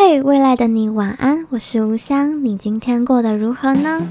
嘿，未来的你晚安，我是吴香，你今天过得如何呢？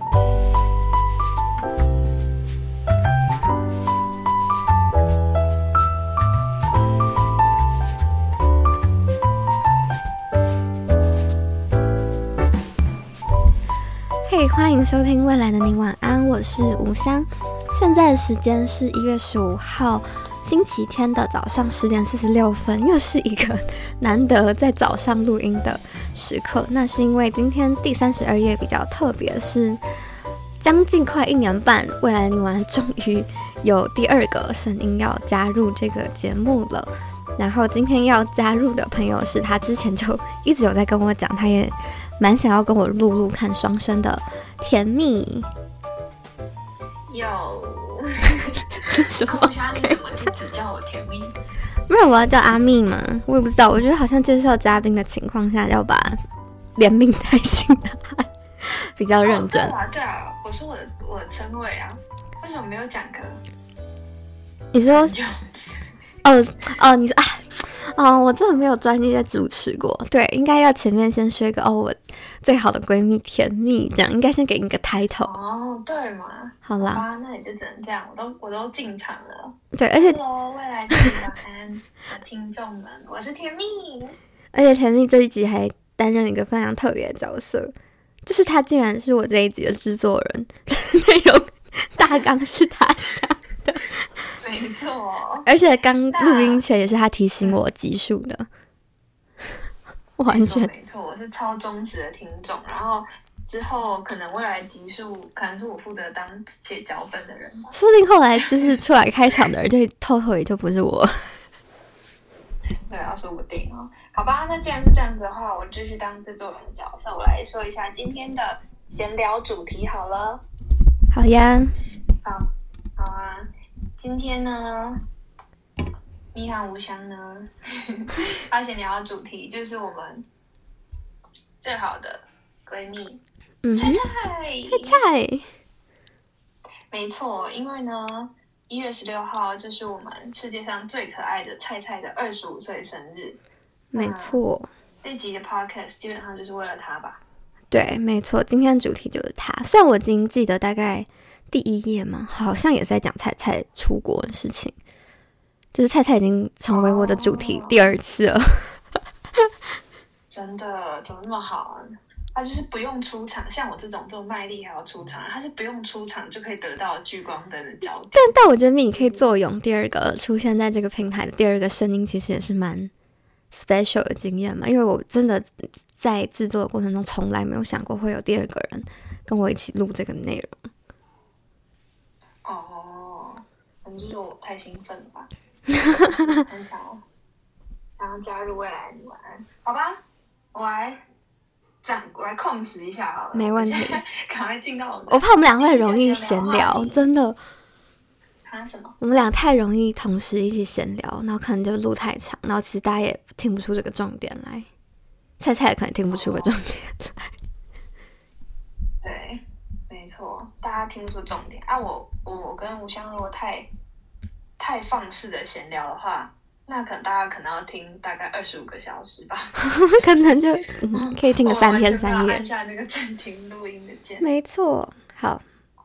嘿，欢迎收听未来的你晚安，我是吴香。现在的时间是1月15号星期天的早上10点46分，又是一个难得在早上录音的时刻。那是因为今天第32页比较特别，是将近快1年半，未来的你晚安终于有第二个声音要加入这个节目了。然后今天要加入的朋友是他之前就一直有在跟我讲，他也蛮想要跟我录看双声的甜蜜。 有这是什么？ 我想你怎么只叫我甜蜜？ 不然我要叫阿蜜吗？我也不知道。我觉得好像介绍嘉宾的情况下要把连名带姓的比较认真。 对啊，我说我的称谓啊，为什么没有讲歌？ 你说你说我真的没有专业在主持过。对，应该要前面先说一个我最好的闺蜜甜蜜，这样应该先给你个 title。 哦，对嘛。 好啦， 那也就只能这样。我都进场了。 对，而且 Hello， 未来的晚安的听众们，我是甜蜜。 而且甜蜜这一集还担任了一个非常特别的角色，就是她竟然是我这一集的制作人，内容大纲是她想的。 没错， 而且刚录音前也是他提醒我集数的，完全没错，我是超忠实的听众。然后之后可能未来集数可能是我负责当写脚本的人吧， 说不定后来就是出来开场的人就偷偷也就不是我。 对啊，说不定哦。好吧，那既然是这样子的话，我继续当制作人的角色，我来说一下今天的闲聊主题好了。 好呀， 好啊。今天呢，蜜和无香呢，要闲聊的主题就是我们最好的闺蜜菜菜。没错，因为呢，1月16号就是我们世界上最可爱的菜菜的25岁生日。 没错， 这集的 podcast 基本上就是为了她吧？对， 没错，今天主题就是她。虽然我已经记得大概第1页嘛，好像也在讲菜菜出国的事情，就是菜菜已经成为我的主题第2次了。 真的怎么那么好啊？他就是不用出场，像我这种卖力还要出场，他是不用出场就可以得到聚光灯的焦点。 但我觉得你可以作用第二个出现在这个平台的第二个声音，其实也是蛮 special 的经验嘛，因为我真的在制作的过程中从来没有想过会有第二个人跟我一起录这个内容。 可能就是我太兴奋了吧，很想要加入未来的你晚安。好吧，我来控时一下好了。 没问题， 赶快进到我怕我们俩会容易闲聊，真的。 什么？ 我们俩太容易同时一起闲聊，然后可能就录太长，然后其实大家也听不出这个重点来，菜菜也可能听不出个重点来。 对，没错，大家听不出重点啊！我跟吴香如果太放肆的闲聊的话，那可能大家要听大概25个小时吧。 可能就可以听个3天3夜。 按下那个暂停录音的键。 没错，好，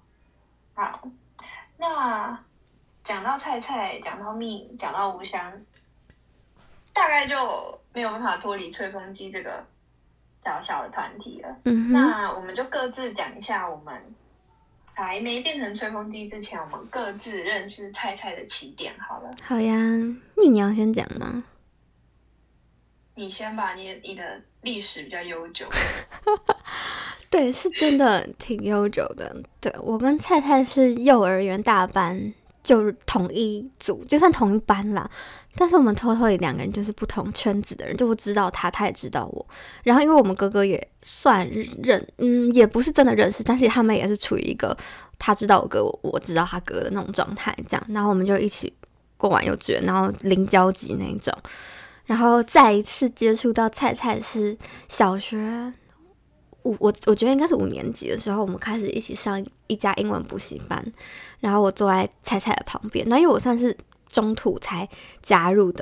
那讲到菜菜，讲到蜜，讲到吴香，大概就没有办法脱离吹风机这个小小的团体了。那我们就各自讲一下我们还没变成吹风机之前，我们各自认识菜菜的起点好了。 好呀，你要先讲吗？ 你先吧，你的历史比较悠久。 对，是真的挺悠久的。对，我跟菜菜是幼儿园大班就同一组，就算同一班啦，但是我们偷偷也2个人就是不同圈子的人，就我知道他也知道我。然后因为我们哥哥也算也不是真的认识，但是他们也是处于一个他知道我哥，我知道他哥的那种状态，这样。然后我们就一起过完幼稚园，然后零交集那种。然后再一次接触到菜菜是小学我觉得应该是5年级的时候，我们开始一起上一家英文补习班，然后我坐在菜菜的旁边。那因为我算是中途才加入的，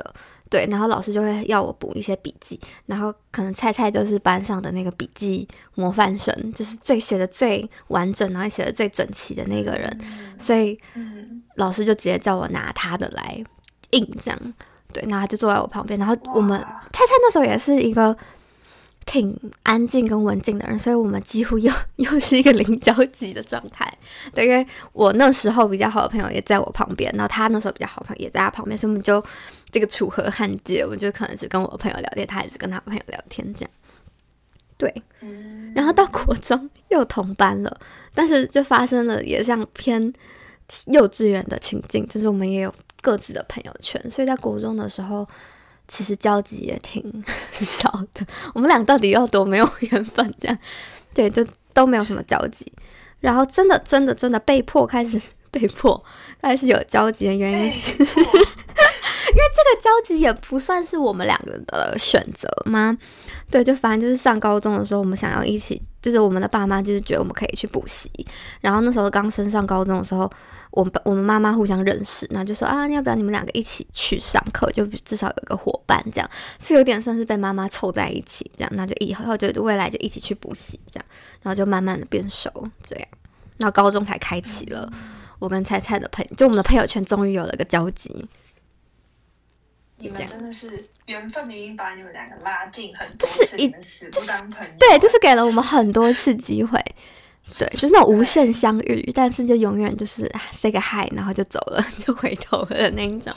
对，然后老师就会要我补一些笔记，然后可能菜菜就是班上的那个笔记模范生，就是写的最完整，然后写的最整齐的那个人，所以老师就直接叫我拿他的来印这样。对，然后他就坐在我旁边，然后我们菜菜那时候也是一个挺安静跟文静的人，所以我们几乎又是一个零交集的状态。对，因为我那时候比较好的朋友也在我旁边，然后他那时候比较好的朋友也在他旁边，所以我们就这个楚河汉界，我就可能是跟我的朋友聊天，他也是跟他朋友聊天这样。对，然后到国中又同班了，但是就发生了也像偏幼稚园的情境，就是我们也有各自的朋友圈，所以在国中的时候其实交集也挺少的。我们俩到底要多没有缘分这样？对，就都没有什么交集。然后真的被迫开始有交集的原因是因为这个交集也不算是我们两个的选择吗？对，就反正就是上高中的时候，我们想要一起，就是我们的爸妈就是觉得我们可以去补习，然后那时候刚升上高中的时候，我们妈妈互相认识，然后就说啊，要不要你们两个一起去上课，就至少有一个伙伴，这样是有点算是被妈妈凑在一起，这样那就以后就未来就一起去补习，这样，然后就慢慢的变熟，这样，然后高中才开启了我跟菜菜的朋友，就我们的朋友圈终于有了个交集。 你们真的是缘分已经把你们两个拉近很多次， 就是你们死不当朋友。 对，就是给了我们很多次机会。对，就是那种无限相遇，但是就永远就是 say 个 hi， 然后就走了，就回头了的那一种。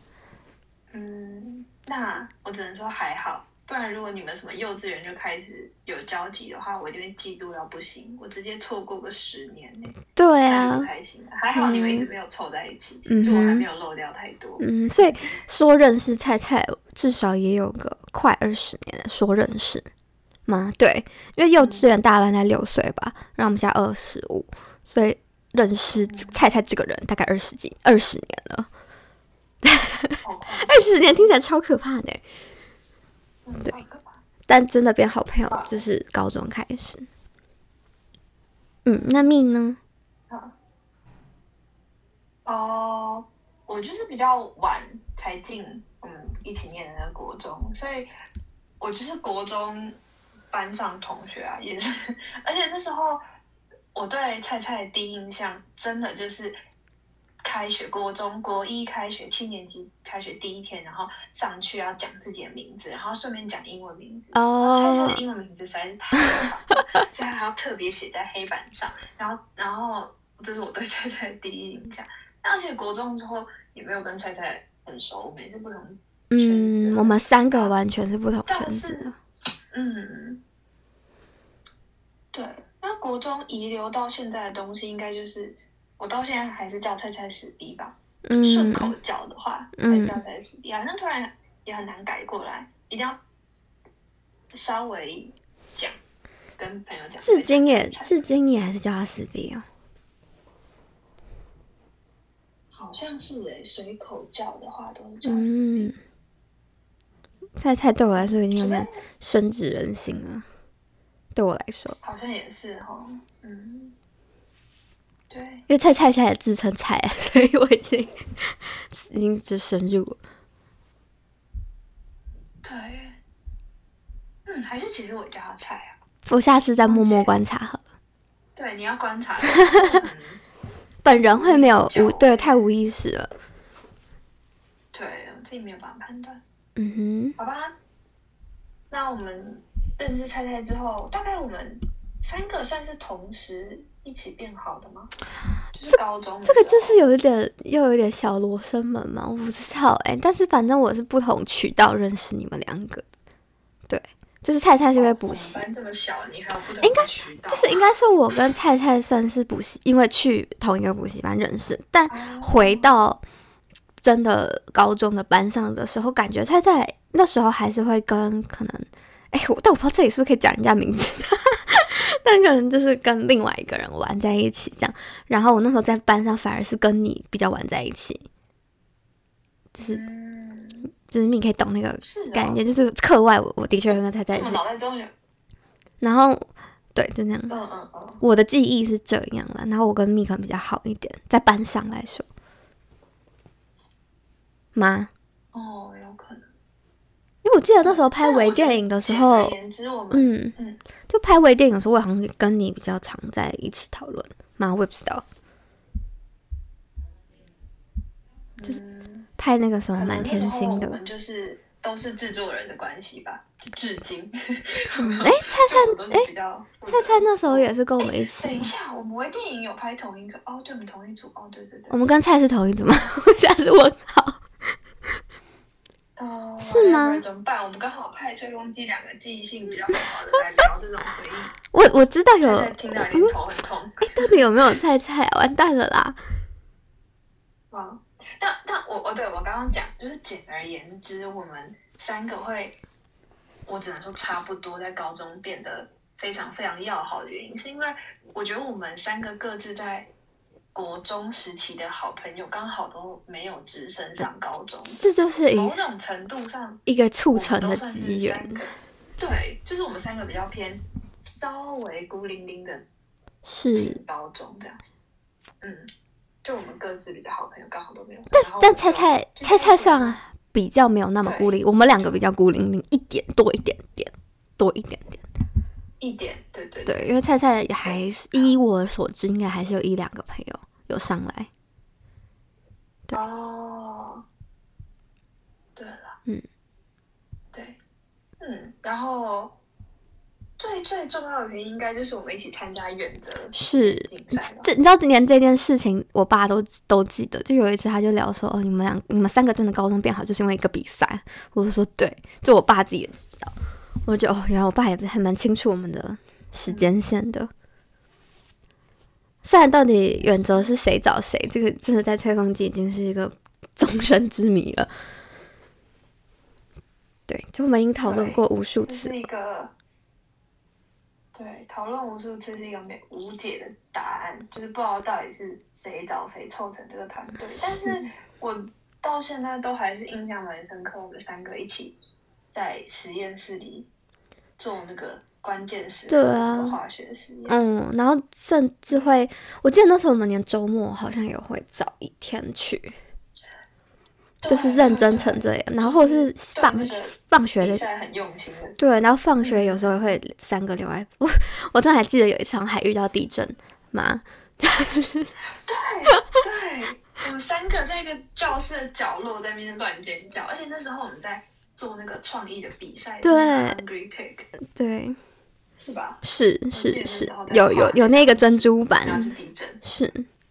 那我只能说还好，不然如果你们什么幼稚园就开始有交集的话，我一定会嫉妒到不行，我直接错过个10年对啊， 不开心了。还好你们一直没有凑在一起，就我还没有漏掉太多。 所以说认识菜菜至少也有个快20年了，说认识吗？对，因为幼稚园大班才6岁吧，然后我们现在25，所以认识菜菜这个人大概20年了。20年听起来超可怕的。对，但真的变好朋友就是高中开始。那蜜呢？ 我就是比较晚才进一起念的那个国中，所以我就是国中班上同学啊，也是，而且那时候我对菜菜的第一印象真的就是开学，国一开学7年级开学第一天，然后上去要讲自己的名字，然后顺便讲英文名字。菜菜的英文名字实在是太长了，所以还要特别写在黑板上。然后这是我对菜菜的第一印象。而且国中之后也没有跟菜菜很熟，我们也是不同圈子。 我们3个完全是不同圈子的。 对。那国中遗留到现在的东西，应该就是我到现在还是叫菜菜死逼吧。顺口叫的话，还是叫菜菜死逼。好像突然也很难改过来，一定要稍微讲，跟朋友讲。 至今也还是叫他死逼哦。 好像是随口叫的话都是叫死逼。 菜菜对我来说已经有点深植人心了。对我来说， 好像也是哈。对，因为菜菜现在也自称菜，所以我已经就深入了。 对，还是其实我叫他菜啊。 我下次再默默观察好了。 对，你要观察。 本人会没有对，太无意识了。 对，我自己没有办法判断。 好吧。那我们认识菜菜之后，大概我们3个算是同时一起变好的吗？就是高中的时候。 这个就是又有点小罗生门嘛，我不知道但是反正我是不同渠道认识你们2个。对，就是菜菜是因为补习。 班这么小，你还有不同的渠道。 应该是我跟菜菜算是补习，因为去同一个补习班认识，但回到真的高中的班上的时候，感觉菜菜那时候还是会跟可能，但我不知道这里是不是可以讲人家名字，但可能就是跟另外一个人玩在一起这样。然后我那时候在班上反而是跟你比较玩在一起，就是你可以懂那个概念，就是课外我的确跟菜菜是。 脑袋中有。 然后对，就那样。我的记忆是这样啦，然后我跟蜜可能比较好一点，在班上来说。吗？ 有可能。 因为我记得那时候拍微电影的时候， 简而言之，我们就拍微电影的时候，我好像跟你比较常在一起讨论嘛，我也不知道。拍那个时候蛮甜心的。 我们就是都是制作人的关系吧，至今。 菜菜那时候也是跟我们一起。 等一下，我们微电影有拍同一个哦，对，我们同一组哦，对。 我们跟菜是同一组吗？我下次问号。是吗？ 怎么办？我们刚好派吹风机两个记忆性比较不好的来聊这种回忆。 我知道有， 听到一点头很痛。 到底有没有菜菜啊？完蛋了啦！ 但我刚刚讲，就是简而言之，我们三个我只能说差不多，在高中变得非常非常要好的原因，是因为我觉得我们三个各自在国中时期的好朋友，刚好都没有直升上高中， 这就是某种程度上一个促成的机缘。 对，就是我们三个比较偏稍微孤零零的是高中这样子，就我们各自比较好朋友，刚好都没有。 但菜菜上比较没有那么孤零，我们两个比较孤零零一点，多一点点。对，因为菜菜还是依我所知，应该还是有1-2个朋友有上来。 对对了，对，然后最重要的原因，应该就是我们一起参加远哲是，你知道连这件事情，我爸都记得。就有一次他就聊说，你们3个真的高中变好，就是因为一个比赛。我就说对，就我爸自己也知道。我就原来我爸也还蛮清楚我们的时间线的。虽然到底远哲是谁找谁，这个真的在吹风机已经是一个终身之谜了。对，就我们已经讨论过无数次。 是一个讨论无数次，是一个无解的答案，就是不知道到底是谁找谁凑成这个团队。但是我到现在都还是印象蛮深刻，我们3个一起在实验室里做那个关键时刻的化学实验。 然后甚至会，我记得那时候我们连周末好像也会找一天去，就是认真成这样。然后或是放学的， 很用心的。 对，然后放学有时候也会3个留在。我真的还记得有一场还遇到地震嘛。 对，我们3个在一个教室的角落在那边乱尖叫，而且那时候我们在做那个创意的比赛， 对 ，Hungry Pig， 对， 是吧？ 是，有那个珍珠版， 然后是地震， 是，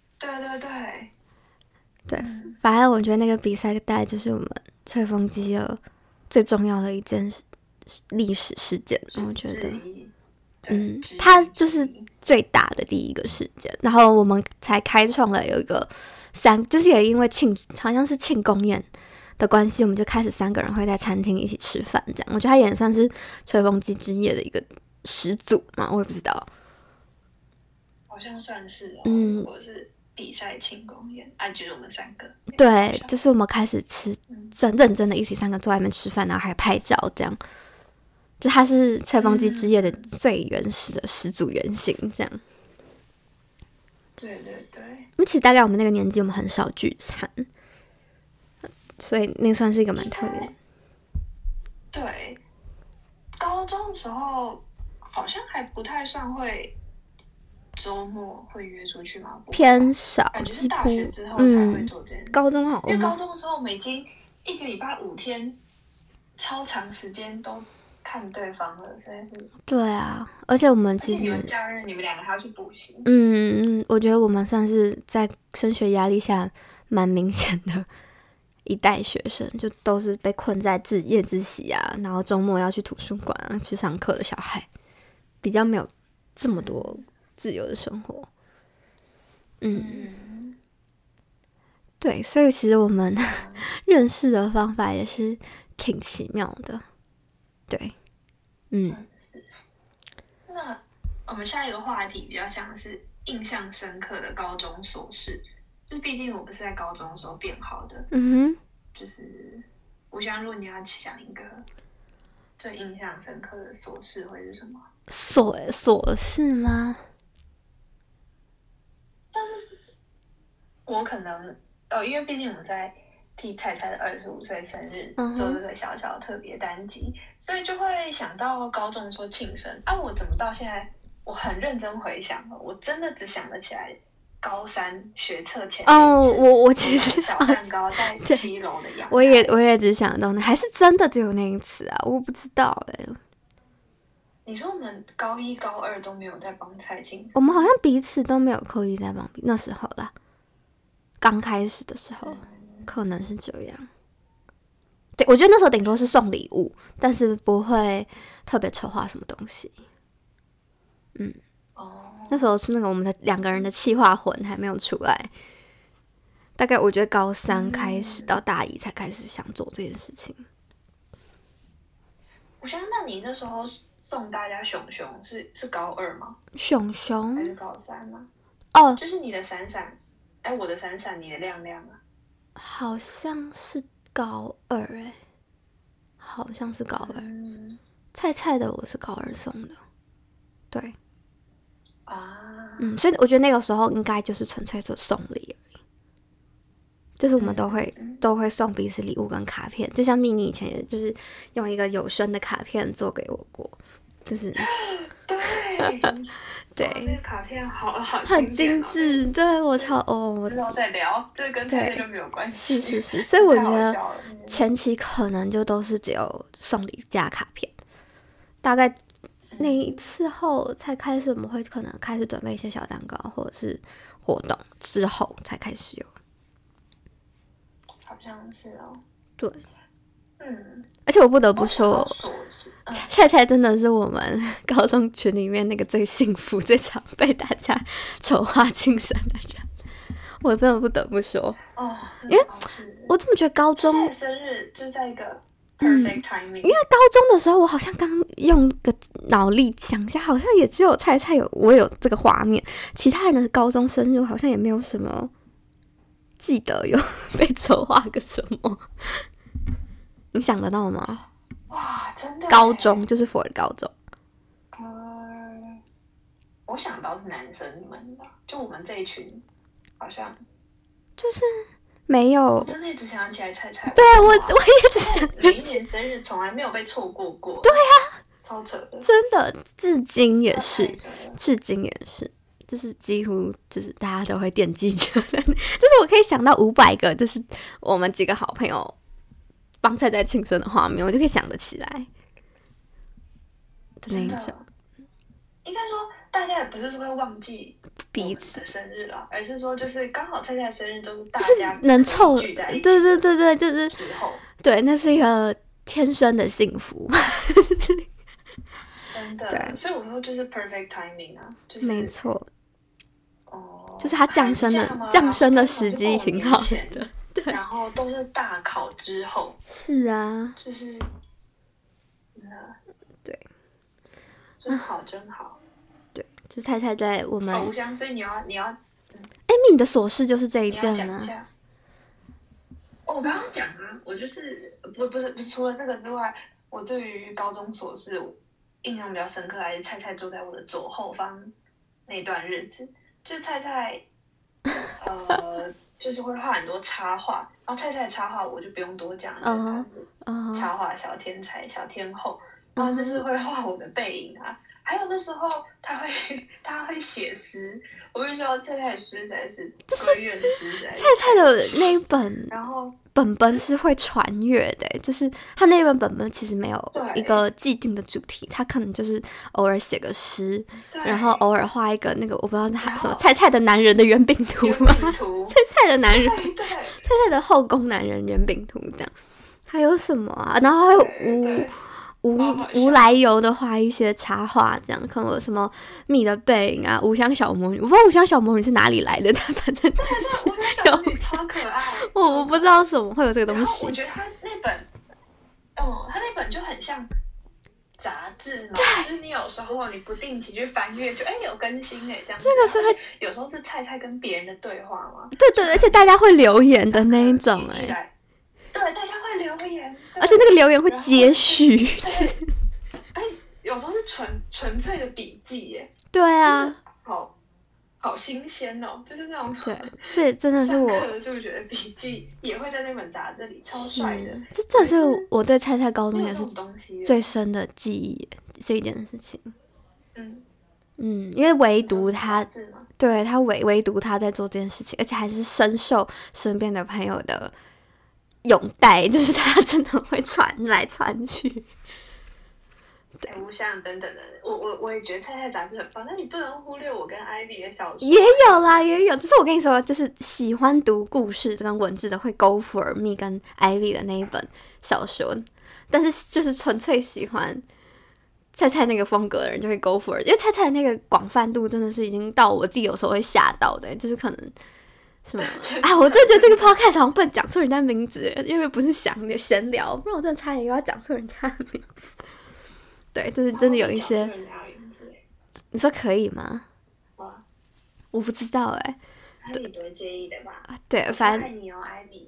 对， 反正我觉得那个比赛大概就是我们吹风机的最重要的一件历史事件，我觉得，它就是最大的第一个事件，然后我们才开创了有一个就是也因为好像是庆功宴的关系，我们就开始3个人会在餐厅一起吃饭，这样，我觉得它也算是吹风机之夜的一个始祖嘛，我也不知道， 好像算是或者是比赛庆功宴，就是我们3个， 对，就是我们开始认真的一起3个坐在外面吃饭，然后还拍照，这样，就它是吹风机之夜的最原始的始祖原型，这样。 对， 因为其实大概我们那个年纪，我们很少聚餐，所以那算是一个蛮特别的。 对，高中的时候好像还不太算会周末会约出去吗？ 偏少， 感觉是大学之后才会做这件事。 高中好， 因为高中的时候我们已经1个礼拜5天，超长时间都看对方了，实在是。对啊，而且我们其实你们假日你们2个还要去补习。 我觉得我们算是在升学压力下蛮明显的一代学生，就都是被困在夜自习啊，然后周末要去图书馆啊去上课的小孩，比较没有这么多自由的生活。对，所以其实我们认识的方法也是挺奇妙的。对， 那我们下一个话题比较像是印象深刻的高中琐事，就是毕竟我们是在高中的时候变好的。就是我想，如果你要想一个最印象深刻的琐事会是什么？ 琐事吗？ 但是我可能因为毕竟我们在替菜菜的25岁生日嗯哼做这个小小的特别单集，所以就会想到高中说庆生啊，我怎么到现在我很认真回想了，我真的只想得起来高3学测前哦， 那一次我其实小蛋糕在对 7楼的阳台， 我也只想到那，还是真的只有那一次啊？我不知道哎、 你说我们高1、高2都没有在帮菜庆生， 我们好像彼此都没有刻意在帮彼那时候啦，刚开始的时候可能是这样。对，我觉得那时候顶多是送礼物，但是不会特别筹划什么东西。那时候是那个我们的2个人的企划魂还没有出来，大概我觉得高3开始到大1才开始想做这件事情。 我想，那你那时候送大家熊熊是高2吗？ 熊还熊是高3吗？ 哦， 就是你的闪闪，哎，我的闪闪，你的亮亮啊。 好像是高2哎、好像是高2。菜菜的我是高2送的，对，所以我觉得那个时候应该就是纯粹就送礼而已，就是我们都会送彼此礼物跟卡片，就像蜜妮以前也就是用一个有声的卡片做给我过，就是对对， 那个卡片好很精致，对我超我之后再聊，这跟菜菜就没有关系。 是，所以我觉得太好笑了前期可能就都是只有送礼加卡片，大概那一次后才开始，我们会可能开始准备一些小蛋糕或者是活动之后才开始有。 好像是哦。 对，而且我不得不说，菜菜真的是我们高中群里面那个最幸福、最常被大家筹划庆生的人。我真的不得不说，因为我怎么觉得高中生日就在一个 perfect timing， 因为高中的时候我好像刚用个脑力想一下，好像也只有菜菜我有这个画面，其他人的高中生日我好像也没有什么记得有被筹划个什么。你想得到吗？ 哇，真的！ 高中就是 for 高中。 我想到是男生们的，就我们这一群，好像就是没有。 我真的一直想起来菜菜。 对啊，我也只想每一年生日从来没有被错过过。 对啊， 超扯的， 真的，至今也是，就是几乎就是大家都会惦记着的，就是我可以想到500个，就是我们几个好朋友帮菜菜庆生的画面，我就可以想得起来的那一种。 应该说，大家也不是说会忘记彼此的生日了，而是说就是刚好菜菜生日都是大家能凑聚在一起， 对，就是之后， 对，那是一个天生的幸福。 真的， 对， 所以我说就是 perfect timing 啊，就是没错。 哦， 就是它降生的时机挺好的，对。 然后都是大考之后， 是啊， 就是对， 真好，真好。 对，就菜菜在我们偶像，所以你要， 你的琐事就是这一件吗？ 我刚刚讲啊，我就是不是除了这个之外，我对于高中琐事印象比较深刻，还是菜菜坐在我的左后方那段日子。就菜菜，就是会画很多插画，然后菜菜的插画我就不用多讲，就是他是插画小天才、小天后，然后就是会画我的背影啊，还有那时候他会写诗，我跟你说菜菜的诗实在是闺怨诗，菜菜的那一本， 然后本是会穿越的，就是他那本本其实没有一个既定的主题，他可能就是偶尔写个诗，然后偶尔画一个那个我不知道他什么菜菜的男人的圆饼图吗？菜菜的男人，菜菜的后宫男人圆饼图这样，还有什么啊？然后还有无来由的画一些插画，这样可能有什么蜜的背影啊，五香小魔女，我不知道五香小魔女是哪里来的，但反正就是有超可爱。 我不知道什么会有这个东西。 我觉得他那本就很像杂志嘛，就是你有时候你不定期去翻阅，就有更新这样子。 这个是会有时候是菜菜跟别人的对话嘛。 对，而且大家会留言的那一种对，大家会留言， 而且那个留言会接续，就是有时候是纯粹的笔记耶。 对啊， 好新鲜哦，就是那种对，这真的是我上课的数学笔记也会在那本杂志里，超帅的。 这真的是我对菜菜高中也是最深深的记忆，这一件事情。 嗯， 因为唯独他， 杂志吗？ 对他唯独他在做这件事情，而且还是深受身边的朋友的拥戴，就是他真的会传来传去。 无相等等的，我也觉得菜菜杂志很棒，但你不能忽略我跟 Ivy 的小说。 也有啦，也有，就是我跟你说，就是喜欢读故事跟文字的会 go for me 跟 Ivy 的那一本小说，但是就是纯粹喜欢菜菜那个风格的人就会 go for it，因为菜菜那个广泛度真的是已经到我自己有时候会吓到的，就是可能什么我真的觉得这个 podcast 好像不能讲错人家名字，因为不是闲聊，不然我真的差点又要讲错人家的名字。对，就是真的有一些，你说可以吗？我不知道你不会介意的吧？ 对，反正你哦，Ivy。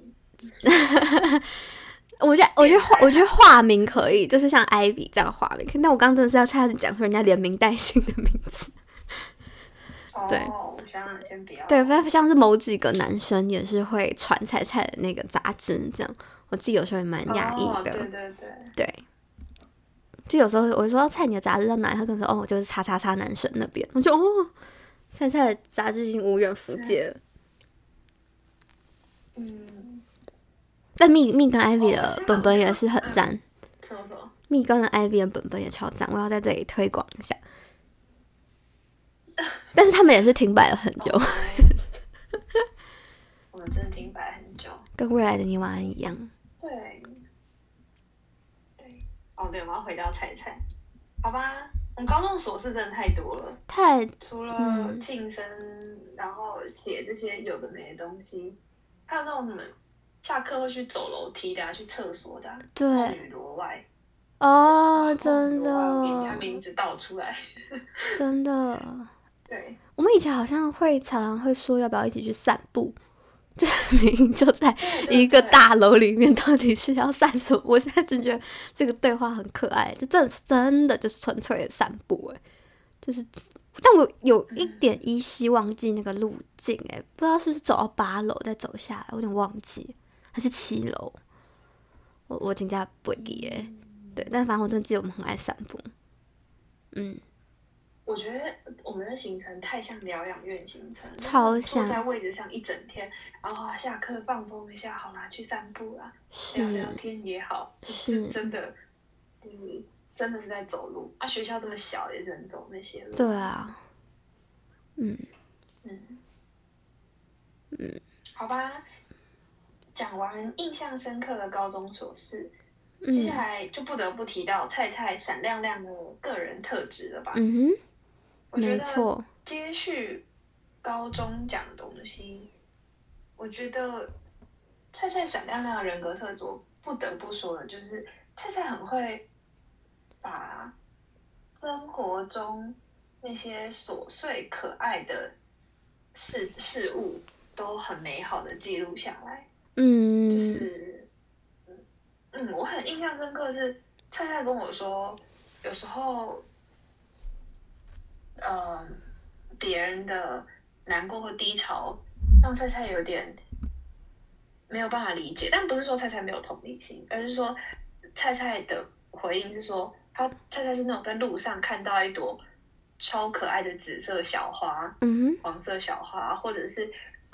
我觉得化名可以，就是像 Ivy 这样化名。但我刚真的是要差点讲出人家连名带姓的名字。对， 我想先不要。 对，反正像是某几个男生也是会传菜菜的那个杂志，这样我自己有时候也蛮讶异的。对。就有时候我就说菜你的杂志到哪里，他跟我说我就是叉叉叉男生那边，我就菜菜的杂志已经无远弗届了。但蜜跟 Ivy 的本本也是很赞，蜜跟 Ivy 的本本也超赞，我要在这里推广一下。但是他们也是停摆了很久。 我们真的停摆很久， 跟未来的你晚安一样。 对，我们要回到菜菜，好吧？我们高中的琐事真的太多了，除了庆生，然后写这些有的没的东西，还有那种我们下课会去走楼梯的，去厕所的， 对， 女罗外， 真的， 给人家名字倒出来， 真的， 对， 我们以前好像常常会说要不要一起去散步。明明就在一个大楼里面，到底是要散什么？我现在真觉得这个对话很可爱，就真的就是纯粹的散步就是，但我有一点依稀忘记那个路径不知道是不是走到8楼再走下来，我有点忘记，还是7楼，我真的不会记对，但反正我真的记得我们很爱散步， 我觉得我们的行程太像疗养院行程， 超像坐在位置上一整天，然后下课放风一下，好啦，去散步啦，聊聊天也好，是真的，就是真的是在走路啊。学校这么小，也只能走那些路。 对啊， 好吧，讲完印象深刻的高中琐事，接下来就不得不提到菜菜闪亮亮的个人特质了吧？我觉得接续高中讲的东西，我觉得菜菜闪亮亮的人格特质，不得不说的就是菜菜很会把生活中那些琐碎可爱的事物都很美好的记录下来。就是我很印象深刻是菜菜跟我说，有时候别人的难过或低潮让菜菜有点没有办法理解，但不是说菜菜没有同理心，而是说菜菜的回应是说，菜菜是那种在路上看到一朵超可爱的紫色小花，黄色小花，或者是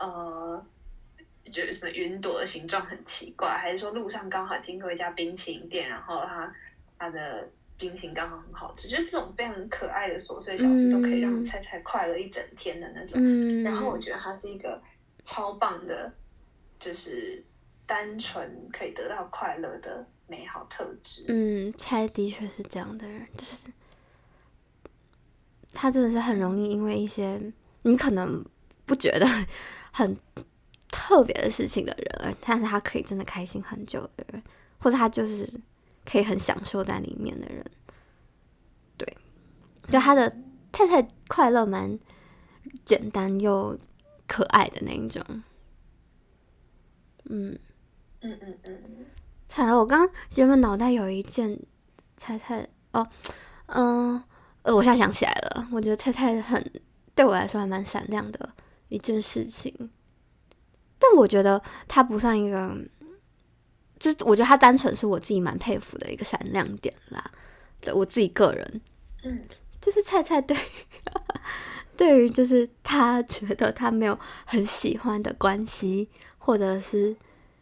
觉得什么云朵的形状很奇怪，还是说路上刚好经过一家冰淇淋店，然后它的冰淇淋刚好很好吃，就是这种非常可爱的琐碎小事都可以让菜菜快乐一整天的那种。然后我觉得他是一个超棒的，就是单纯可以得到快乐的美好特质。 菜的确是这样的人，就是他真的是很容易因为一些你可能不觉得很特别的事情的人，但是他可以真的开心很久的人，或者他就是可以很享受在里面的人。对，就他的菜菜快乐蛮简单又可爱的那一种。我刚刚原本脑袋有一件菜菜我现在想起来了，我觉得菜菜很对我来说还蛮闪亮的一件事情。但我觉得它不算一个，就是我觉得它单纯是我自己蛮佩服的一个闪亮点啦。对我自己个人，就是菜菜对于就是他觉得他没有很喜欢的关系，或者是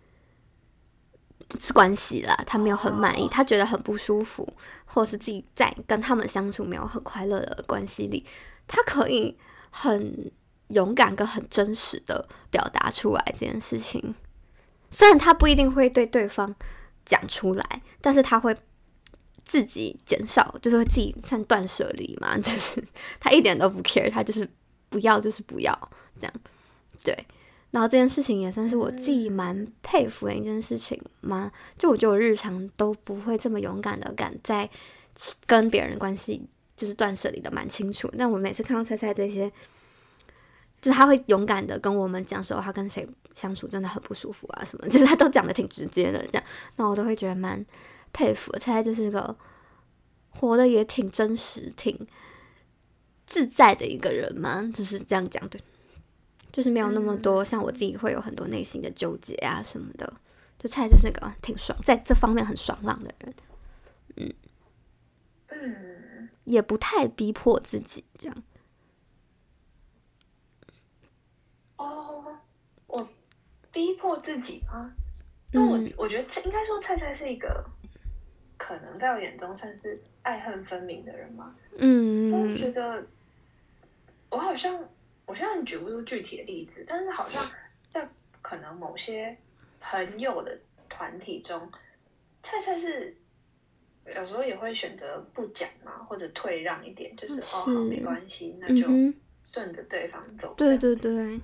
关系啦，他没有很满意，他觉得很不舒服，或是自己在跟他们相处没有很快乐的关系里，他可以很勇敢跟很真实的表达出来这件事情。虽然他不一定会对对方讲出来，但是他会自己减少，就是会自己算断舍离嘛，就是他一点都不 care， 他就是不要就是不要这样，对。然后这件事情也算是我自己蛮佩服的一件事情嘛，就我觉得我日常都不会这么勇敢的敢在跟别人关系就是断舍离的蛮清楚，但我每次看到菜菜这些，就是他会勇敢的跟我们讲说他跟谁相处真的很不舒服啊什么，就是他都讲的挺直接的这样，那我都会觉得蛮佩服的。菜菜就是个活得也挺真实、挺自在的一个人嘛，就是这样讲对。就是没有那么多像我自己会有很多内心的纠结啊什么的，就菜就是个挺爽，在这方面很爽朗的人，也不太逼迫自己这样。 我逼迫自己吗？那我觉得应该说菜菜是一个可能在我眼中算是爱恨分明的人嘛。我觉得我现在举不出具体的例子，但是好像在可能某些朋友的团体中，菜菜是有时候也会选择不讲嘛，或者退让一点，就是好没关系，那就顺着对方走。 对对对，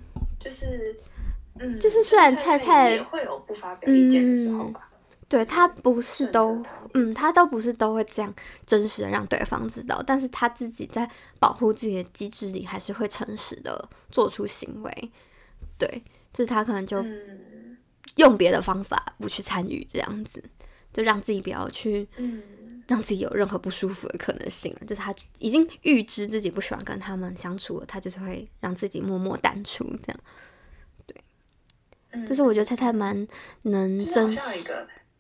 就是虽然菜菜也会有不发表意见的时候吧。 对他不是都他都不是都会这样真实的让对方知道，但是他自己在保护自己的机制里还是会诚实的做出行为。对，就是他可能就用别的方法不去参与这样子，就让自己不要去让自己有任何不舒服的可能性，就是他已经预知自己不喜欢跟他们相处了，他就是会让自己默默淡出这样。对，就是我觉得菜菜蛮能真实。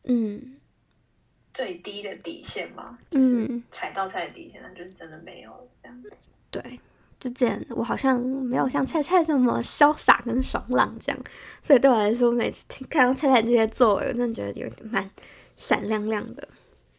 最低的底线嘛，就是踩到菜的底线，那就是真的没有这样。 对，之前我好像没有像菜菜这么潇洒跟爽朗这样，所以对我来说，每次看到菜菜这些作为，我真的觉得有点蛮闪亮亮的。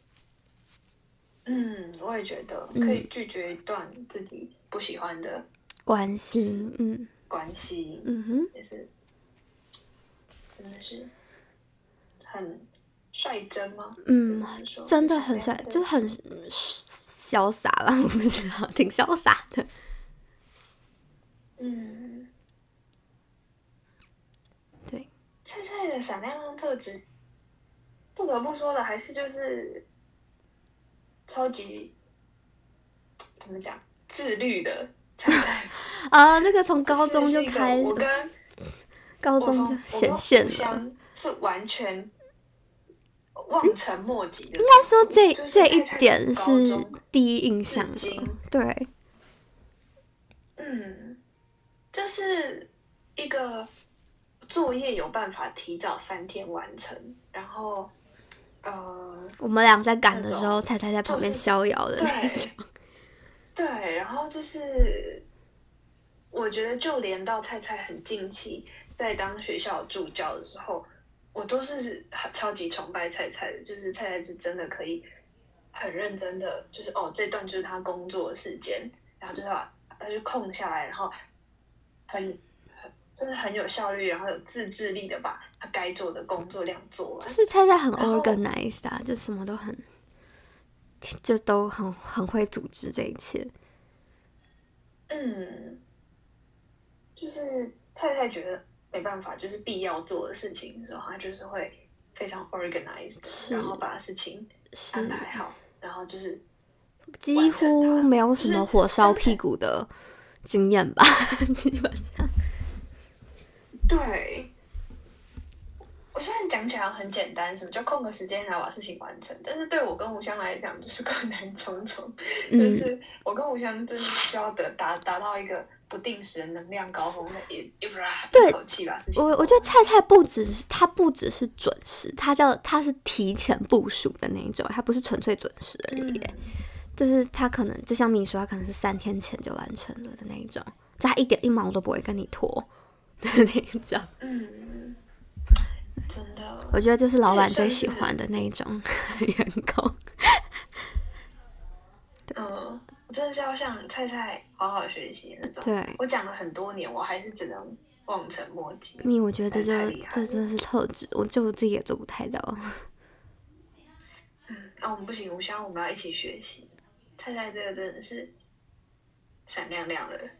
我也觉得可以拒绝一段自己不喜欢的关系， 关系，也是真的是很率真吗？ 真的很帅，就是很潇洒啦，我不知道，挺潇洒的。对， 菜菜的闪亮亮特质，不得不说的还是就是超级怎么讲自律的菜菜啊，那个从高中就开始， 我跟高中就显现了， 是完全望尘莫及的。 应该说这一点是第一印象，对， 就是一个作业有办法提早3天完成，然后我们俩在赶的时候，菜菜在旁边逍遥的那种。 对，然后就是我觉得就连到菜菜很近期在当学校助教的时候，我都是超级崇拜菜菜的，就是菜菜是真的可以很认真的，就是这段就是他工作的时间，然后就是他就空下来，然后就是很有效率，然后有自制力的把他该做的工作量做完。 就是菜菜很 organized 啊，就什么都很，就都很会组织这一切。 就是菜菜觉得没办法，就是必要做的事情的时候，他就是会非常 organized， 然后把事情安排好，然后就是几乎没有什么火烧屁股的经验吧，基本上。 对， 我虽然讲起来很简单，什么叫空个时间来把事情完成，但是对我跟吴香来讲就是困难重重。就是我跟吴香真的需要达到一个不定时的能量高峰的一口气把事情。 我觉得菜菜不只是准时，他是提前部署的那一种，他不是纯粹准时而已。就是他可能就像你说，他可能是3天前就完成了的那一种，就他一毛都不会跟你拖的那一种。 真的， 我觉得这是老板最喜欢的那一种员工。 我真的是要向菜菜好好学习那种。 对， 我讲了很多年，我还是只能望尘莫及。 我觉得这真的是特质，我自己也做不太到。 我们不行，吴香，我们要一起学习。菜菜这个真的是闪亮亮的。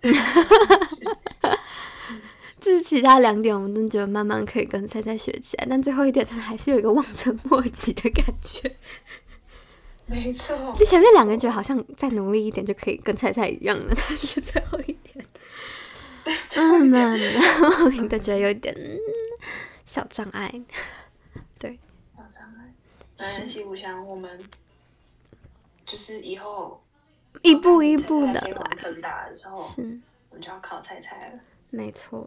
就是其他2点，我们都觉得慢慢可以跟菜菜学起来，但最后一点真的还是有一个望尘莫及的感觉。 没错， 就前面2个觉得好像再努力一点就可以跟菜菜一样了，但是最后一点，莫名的觉得有点小障碍。对， 小障碍。没关系，吴香，我们就是以后一步一步的来。 更大的时候，我们就要靠菜菜了。 没错，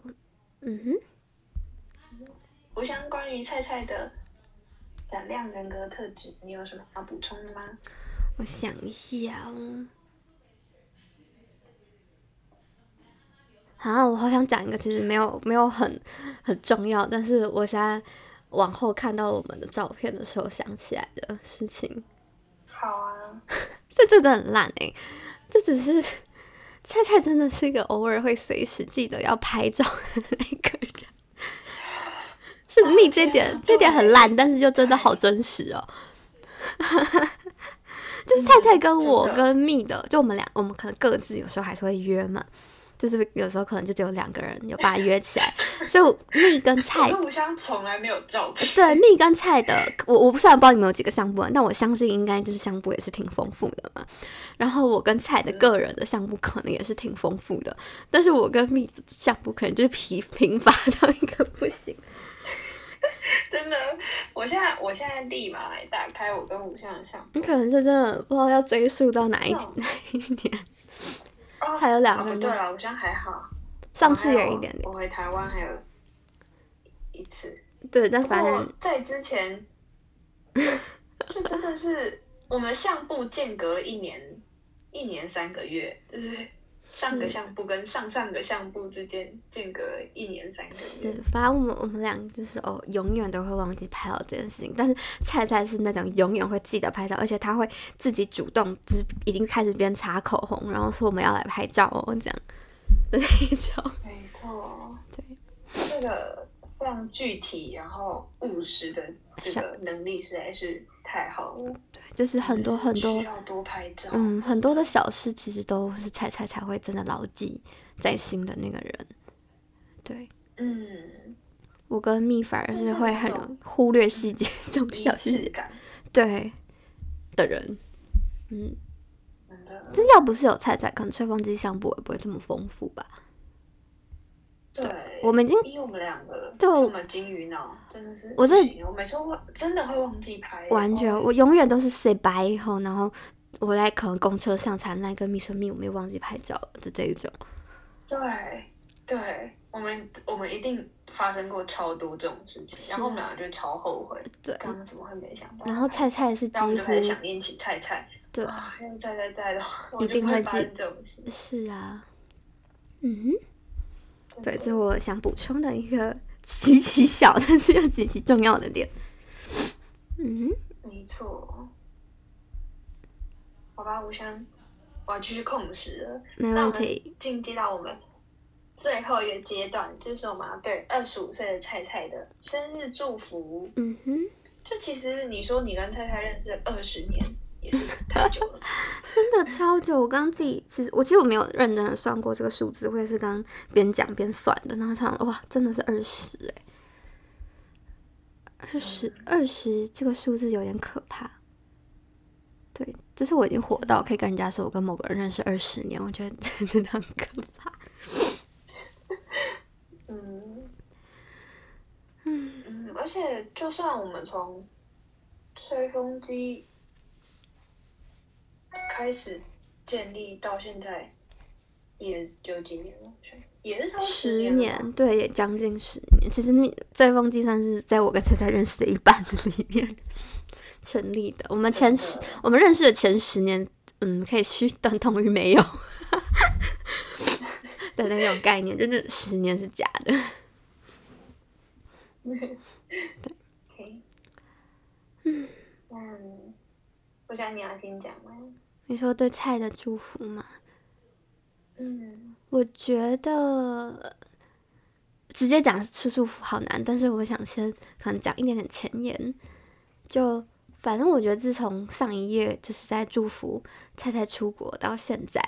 吴香，关于菜菜的闪亮人格特质，你有什么要补充的吗？ 我想一下我好想讲一个其实没有很重要，但是我现在往后看到我们的照片的时候想起来的事情。 好啊， 这真的很烂这只是菜菜真的是一个偶尔会随时记得要拍照的那个人。是蜜这点很烂，但是就真的好真实哦。就是菜菜跟我跟蜜的，就我们可能各自有时候还是会约嘛，就是有时候可能就只有2个人有把它约起来，所以蜜跟菜互相从来没有照片。 对，蜜跟菜的，我虽然不知道你们有几个相簿，但我相信应该就是相簿也是挺丰富的嘛。然后我跟菜的个人的相簿可能也是挺丰富的，但是我跟蜜的相簿可能就是贫乏到一个不行。 真的，我现在立马来打开我跟吴香的相簿。 你可能是真的不知道要追溯到哪一年，才有2个人。 对了，吴香还好， 上次有一点点。 我回台湾还有1次。 对，但反正在之前，就真的是我们的相簿间隔了1年3个月，就是上个相簿跟上个相簿之间间隔1年3个月。 反正我们俩就是永远都会忘记拍照这件事情。但是菜菜是那种永远会记得拍照，而且他会自己主动，就是已经开始边擦口红，然后说我们要来拍照这样的那一种。 没错， 对， 这个非常具体然后务实的这个能力实在是太好了。 对，就是很多需要多拍照。 很多的小事其实都是菜菜才会真的牢记在心的那个人。对，我跟蜜反而是会很忽略细节这种小细节对的人。真要不是有菜菜，可能吹风机相簿也不会这么丰富吧。 对， 我们已经因为我们2个这么金鱼脑，真的是我每次真的会忘记拍， 完全我永远都是say bye以后，然后我在可能公车上才来跟蜜说蜜，我没有忘记拍照了，就这一种。 对，我们一定发生过超多这种事情，然后我们2个就超后悔， 对， 刚刚怎么会没想到？ 然后菜菜是几乎， 然后我就开始想念起菜菜， 对， 要是菜菜在的话， 一定会发生这种事。 是啊，对，这是我想补充的一个极其小但是又极其重要的点。 没错。好吧，吴香，我要继续控时了。 没问题。 进阶到我们最后一个阶段，就是我们要对25岁的菜菜的生日祝福。就其实你说你跟菜菜认识20年，也是太久了。 真的超久。我刚自己其实我没有认真的算过这个数字，我也是刚边讲边算的，然后想哇，真的是2020这个数字有点可怕。对，就是我已经火到可以跟人家说我跟某个人认识20年，我觉得真的很可怕。 而且且就算我们从吹风机开始建立到现在，也有几年了，也是超过 10 年了吧。 年，对，也将近10年。其实吹风机算是在我跟菜菜认识的一半里面成立的。我们认识的前10年，可以等同于没有的那种概念，真的10年是假的。 对，我想你要先讲吗？ 你说对菜的祝福吗？我觉得直接讲吃祝福好难，但是我想先可能讲一点点前言。就反正我觉得自从上一页就是在祝福菜菜出国到现在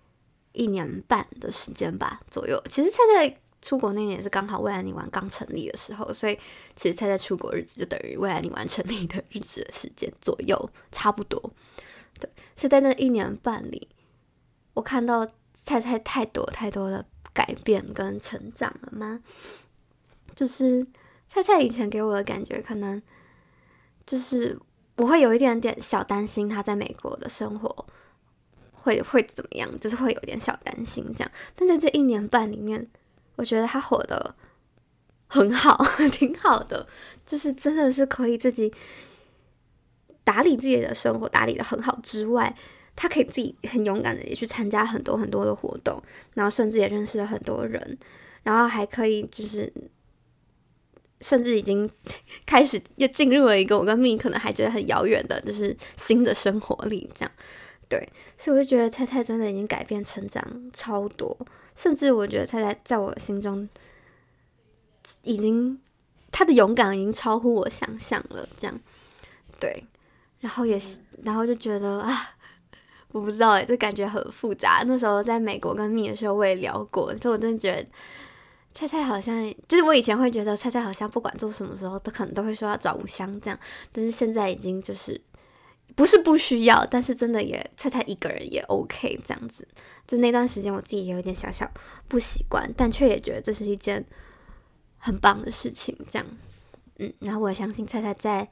1年半的时间吧左右，其实菜菜出国那年也是刚好未来你玩刚成立的时候，所以其实菜菜出国日子就等于未来你玩成立的日子的时间左右，差不多。对，是在那1年半里，我看到菜菜太多的改变跟成长了吗？就是菜菜以前给我的感觉，可能就是我会有一点点小担心他在美国的生活会怎么样，就是会有点小担心这样。但在这1年半里面，我觉得他活得很好，挺好的，就是真的是可以自己打理自己的生活，打理得很好之外，他可以自己很勇敢的也去参加很多的活动，然后甚至也认识了很多人，然后还可以就是甚至已经开始又进入了一个我跟蜜可能还觉得很遥远的，就是新的生活里这样。对，所以我就觉得菜菜真的已经改变成长超多，甚至我觉得菜菜在我心中已经他的勇敢已经超乎我想象了，这样。对，然后就觉得啊，我不知道这感觉很复杂。那时候在美国跟蜜的时候我也聊过，就我真的觉得菜菜好像就是我以前会觉得菜菜好像不管做什么时候都可能都会说要找吴香这样，但是现在已经就是不是不需要，但是真的也菜菜一个人也 OK 这样子。就那段时间我自己也有点小小不习惯，但却也觉得这是一件很棒的事情这样。然后我也相信菜菜在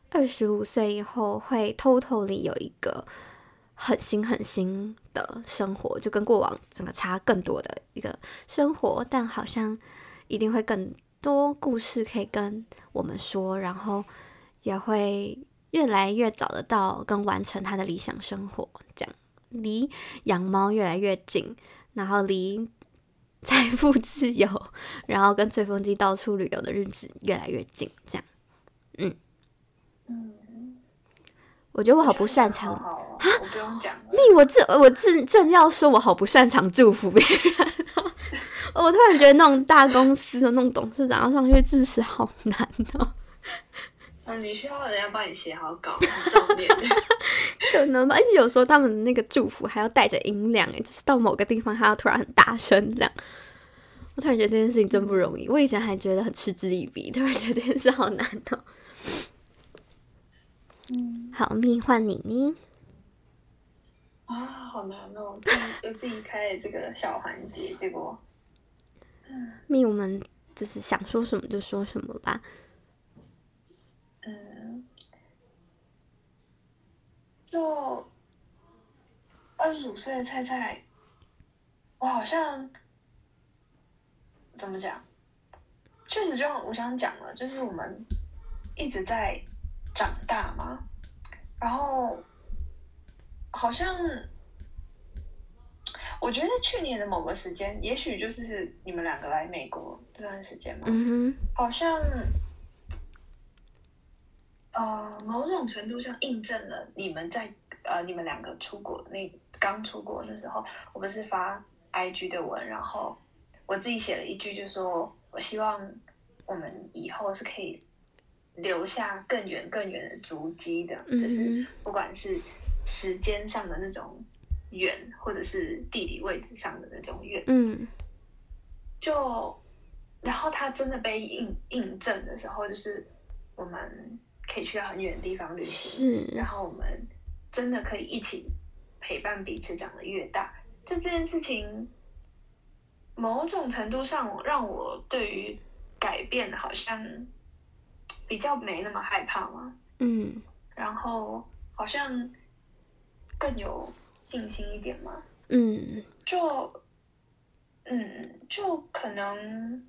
25岁以后会totally有一个很新的生活，就跟过往整个差更多的一个生活，但好像一定会更多故事可以跟我们说，然后也会越来越找得到跟完成他的理想生活，这样离养猫越来越近，然后离财富自由，然后跟吹风机到处旅游的日子越来越近，这样。我觉得我好不擅长啊！我不用讲了。 我正要说，我好不擅长祝福别人。我突然觉得那种大公司的那种董事长要上去致辞好难哦。 你需要人家帮你写好稿，很重点。 可能吧，而且有时候他们的那个祝福还要带着音量，就是到某个地方还要突然很大声这样。我突然觉得这件事情真不容易，我以前还觉得很嗤之以鼻，突然觉得这件事好难哦。好，蜜换你呢？ 啊，好难哦！自己开了这个小环节，结果， 蜜我们就是想说什么就说什么吧。 就25岁的菜菜，我好像怎么讲？确实就像我想讲了，就是我们一直在长大嘛，然后好像我觉得去年的某个时间，也许就是你们2个来美国这段时间嘛，好像某种程度上印证了你们2个出国刚出国的时候，我不是发 IG 的文，然后我自己写了一句，就说我希望我们以后是可以留下更远的足迹的，就是不管是时间上的那种远，或者是地理位置上的那种远，然后它真的被印证的时候，就是我们可以去到很远的地方旅行，然后我们真的可以一起陪伴彼此长得越大，就这件事情某种程度上让我对于改变好像比较没那么害怕嘛，然后好像更有信心一点嘛，就可能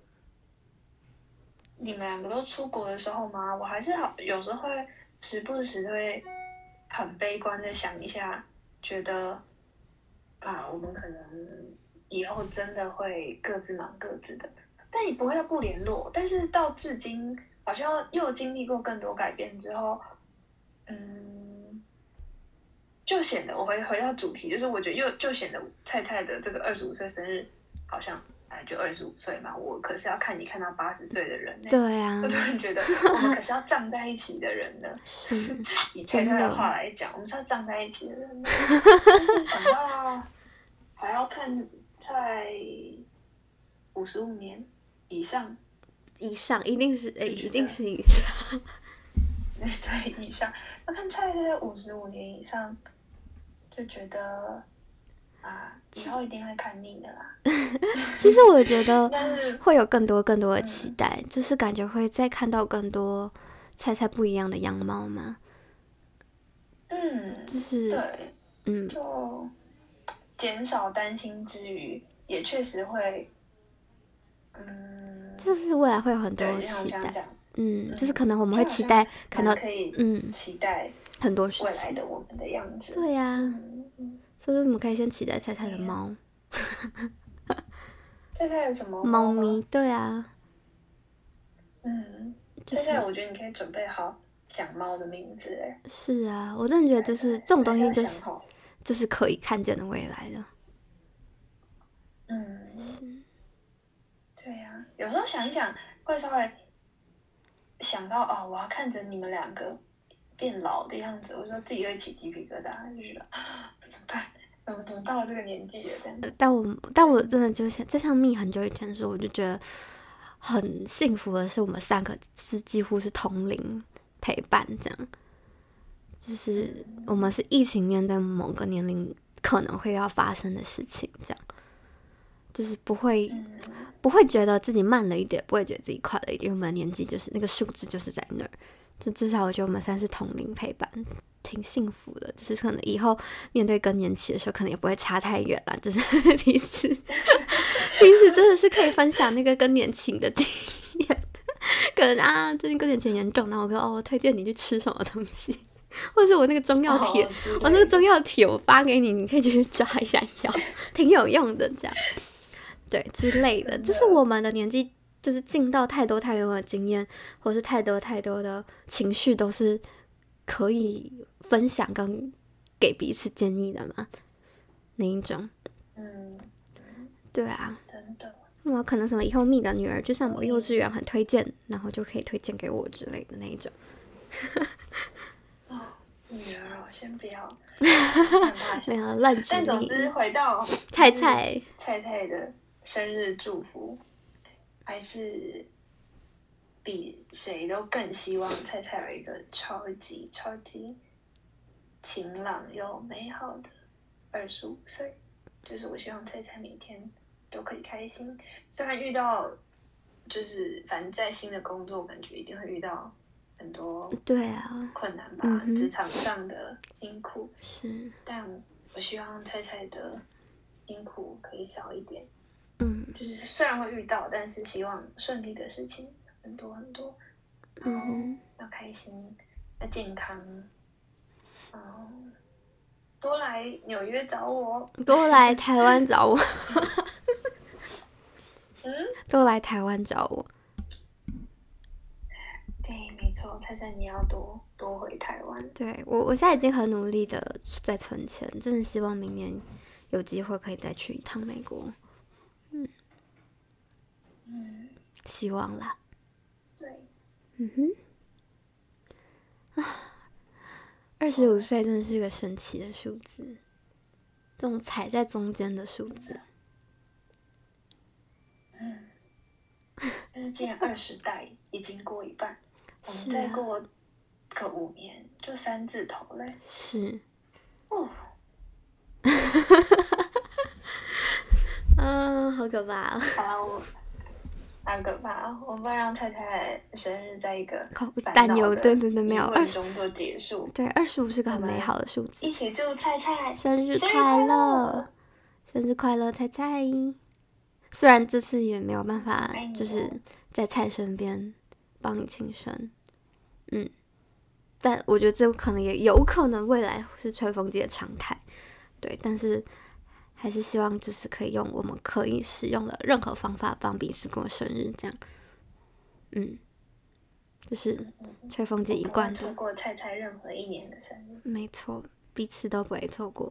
你们两个都出国的时候嘛，我还是有时候会时不时会很悲观的想一下，觉得我们可能以后真的会各自忙各自的，但也不会不联络。但是到至今，好像又经历过更多改变之后，就显得我回到主题，就是我觉得就显得菜菜的这个25岁生日好像就25岁嘛，我可是要看你看到80岁的人呢。 对啊， 我突然觉得我们可是要葬在一起的人呢。 是以菜菜的话来讲，我们是要葬在一起的人呢。但是想到还要看在55年以上， 一定是以上。 对，以上要看菜菜55年以上，就觉得以后一定会看腻的啦。 其实我觉得会有更多的期待，就是感觉会再看到更多菜菜不一样的样貌嘛。就是对，就减少担心之余，也确实会， 就是未来会有很多期待。就是可能我们会期待看到， 期待很多事情未来的我们的样子。 对呀，所以我们可以先期待菜菜的猫。 菜菜的什么猫咪？对啊。 菜菜，我觉得你可以准备好想猫的名字哎。 是啊，我真的觉得就是这种东西就是可以看见的未来的。 对呀，有时候想一想，会稍微想到我要看着你们两个变老的样子，我说自己会起鸡皮疙瘩，就觉得怎么办？我们怎么到了这个年纪了？这样。 但我真的就像蜜很久以前说，我就觉得很幸福的是，我们3个是几乎是同龄陪伴，这样。就是我们是一起面对某个年龄可能会要发生的事情，这样。就是不会觉得自己慢了一点，不会觉得自己快了一点，因为我们的年纪就是那个数字就是在那儿。就至少我觉得我们算是同龄陪伴，挺幸福的。就是可能以后面对更年期的时候，可能也不会差太远啦。就是彼此真的是可以分享那个更年期的经验。可能最近更年期严重，然后我推荐你去吃什么东西，或者我那个中药帖，我发给你，你可以去抓一下药，挺有用的，这样。对之类的，就是我们的年纪，就是进到太多的经验，或是太多的情绪，都是可以分享跟给彼此建议的嘛，那一种。对啊。 真的。 我可能什么以后蜜的女儿，就像我幼稚园很推荐，然后就可以推荐给我之类的那一种。 女儿先不要。 没有乱举例。 但总之回到菜菜的生日祝福，还是比谁都更希望菜菜有一个超级晴朗又美好的25岁。就是我希望菜菜每天都可以开心，虽然遇到就是反正在新的工作，感觉一定会遇到很多困难吧，职场上的辛苦是， 但我希望菜菜的辛苦可以少一点。就是虽然会遇到，但是希望顺利的事情很多，然后要开心，要健康，多来纽约找我， 多来台湾找我，多来台湾找我。 对，没错，菜菜你要多回台湾。 对，我现在已经很努力的在存钱，真的希望明年有机会可以再去一趟美国。希望啦。 对。 25岁真的是个神奇的数字，这种踩在中间的数字。 就是今年20代已经过一半，我们再过个5年就3字头嘞。 是。 哦。 好可怕哦。 好啦， 好可怕！我不让太太生日在一个担忧，对，没有 20中做结束。 对，25是个很美好的数字。 一起祝菜菜生日快乐，生日快乐，菜菜！虽然这次也没有办法，就是在菜身边帮你庆生，但我觉得这可能也有可能未来是吹风机的常态，对，但是还是希望就是可以用我们可以使用的任何方法帮彼此过生日，这样，就是吹风机一贯的， 错过菜菜任何一年的生日， 没错，彼此都不会错过，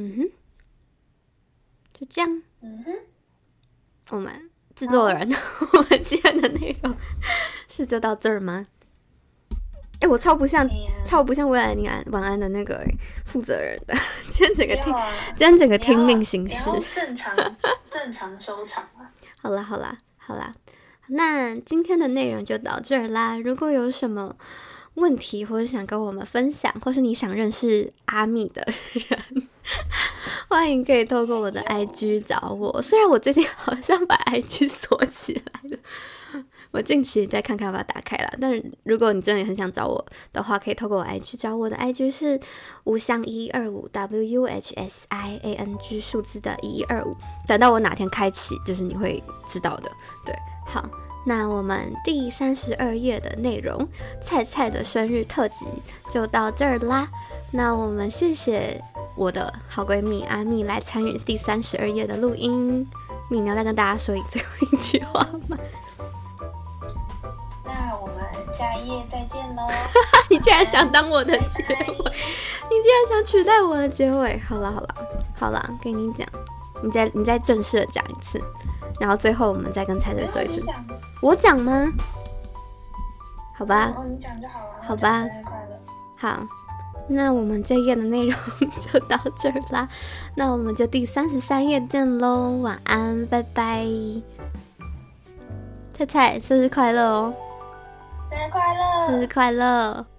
就这样，我们制作人，我们今天的内容是就到这儿吗？我超不像未来你晚安的那个负责人的，今天整个听命行事， 正常收场啊。 好啦，那今天的内容就到这儿啦。如果有什么问题或者想跟我们分享，或是你想认识阿密的人，欢迎可以透过我的 IG 找我。虽然我最近好像把 IG 锁起来了，我近期再看看要不要打开啦。但如果你真的很想找我的话，可以透过我 IG 找我的 IG 是无香125 WUHSIANG 数字的1125。等到我哪天开启，就是你会知道的。对，好，那我们第32页的内容，菜菜的生日特辑就到这儿啦。那我们谢谢我的好闺蜜阿蜜来参与第32页的录音。蜜，你要再跟大家说最后一句话吗？ 那我们下一页再见咯。 你竟然想当我的结尾，你竟然想取代我的结尾。好啦，跟你讲，你再正式的讲一次，然后最后我们再跟菜菜说一次。我讲吗？好吧， 你讲就好了。 好吧，好，那我们这页的内容就到这儿啦。那我们就第33页见咯，晚安，拜拜。菜菜，生日快乐哦！ 生日快乐！ 生日快乐！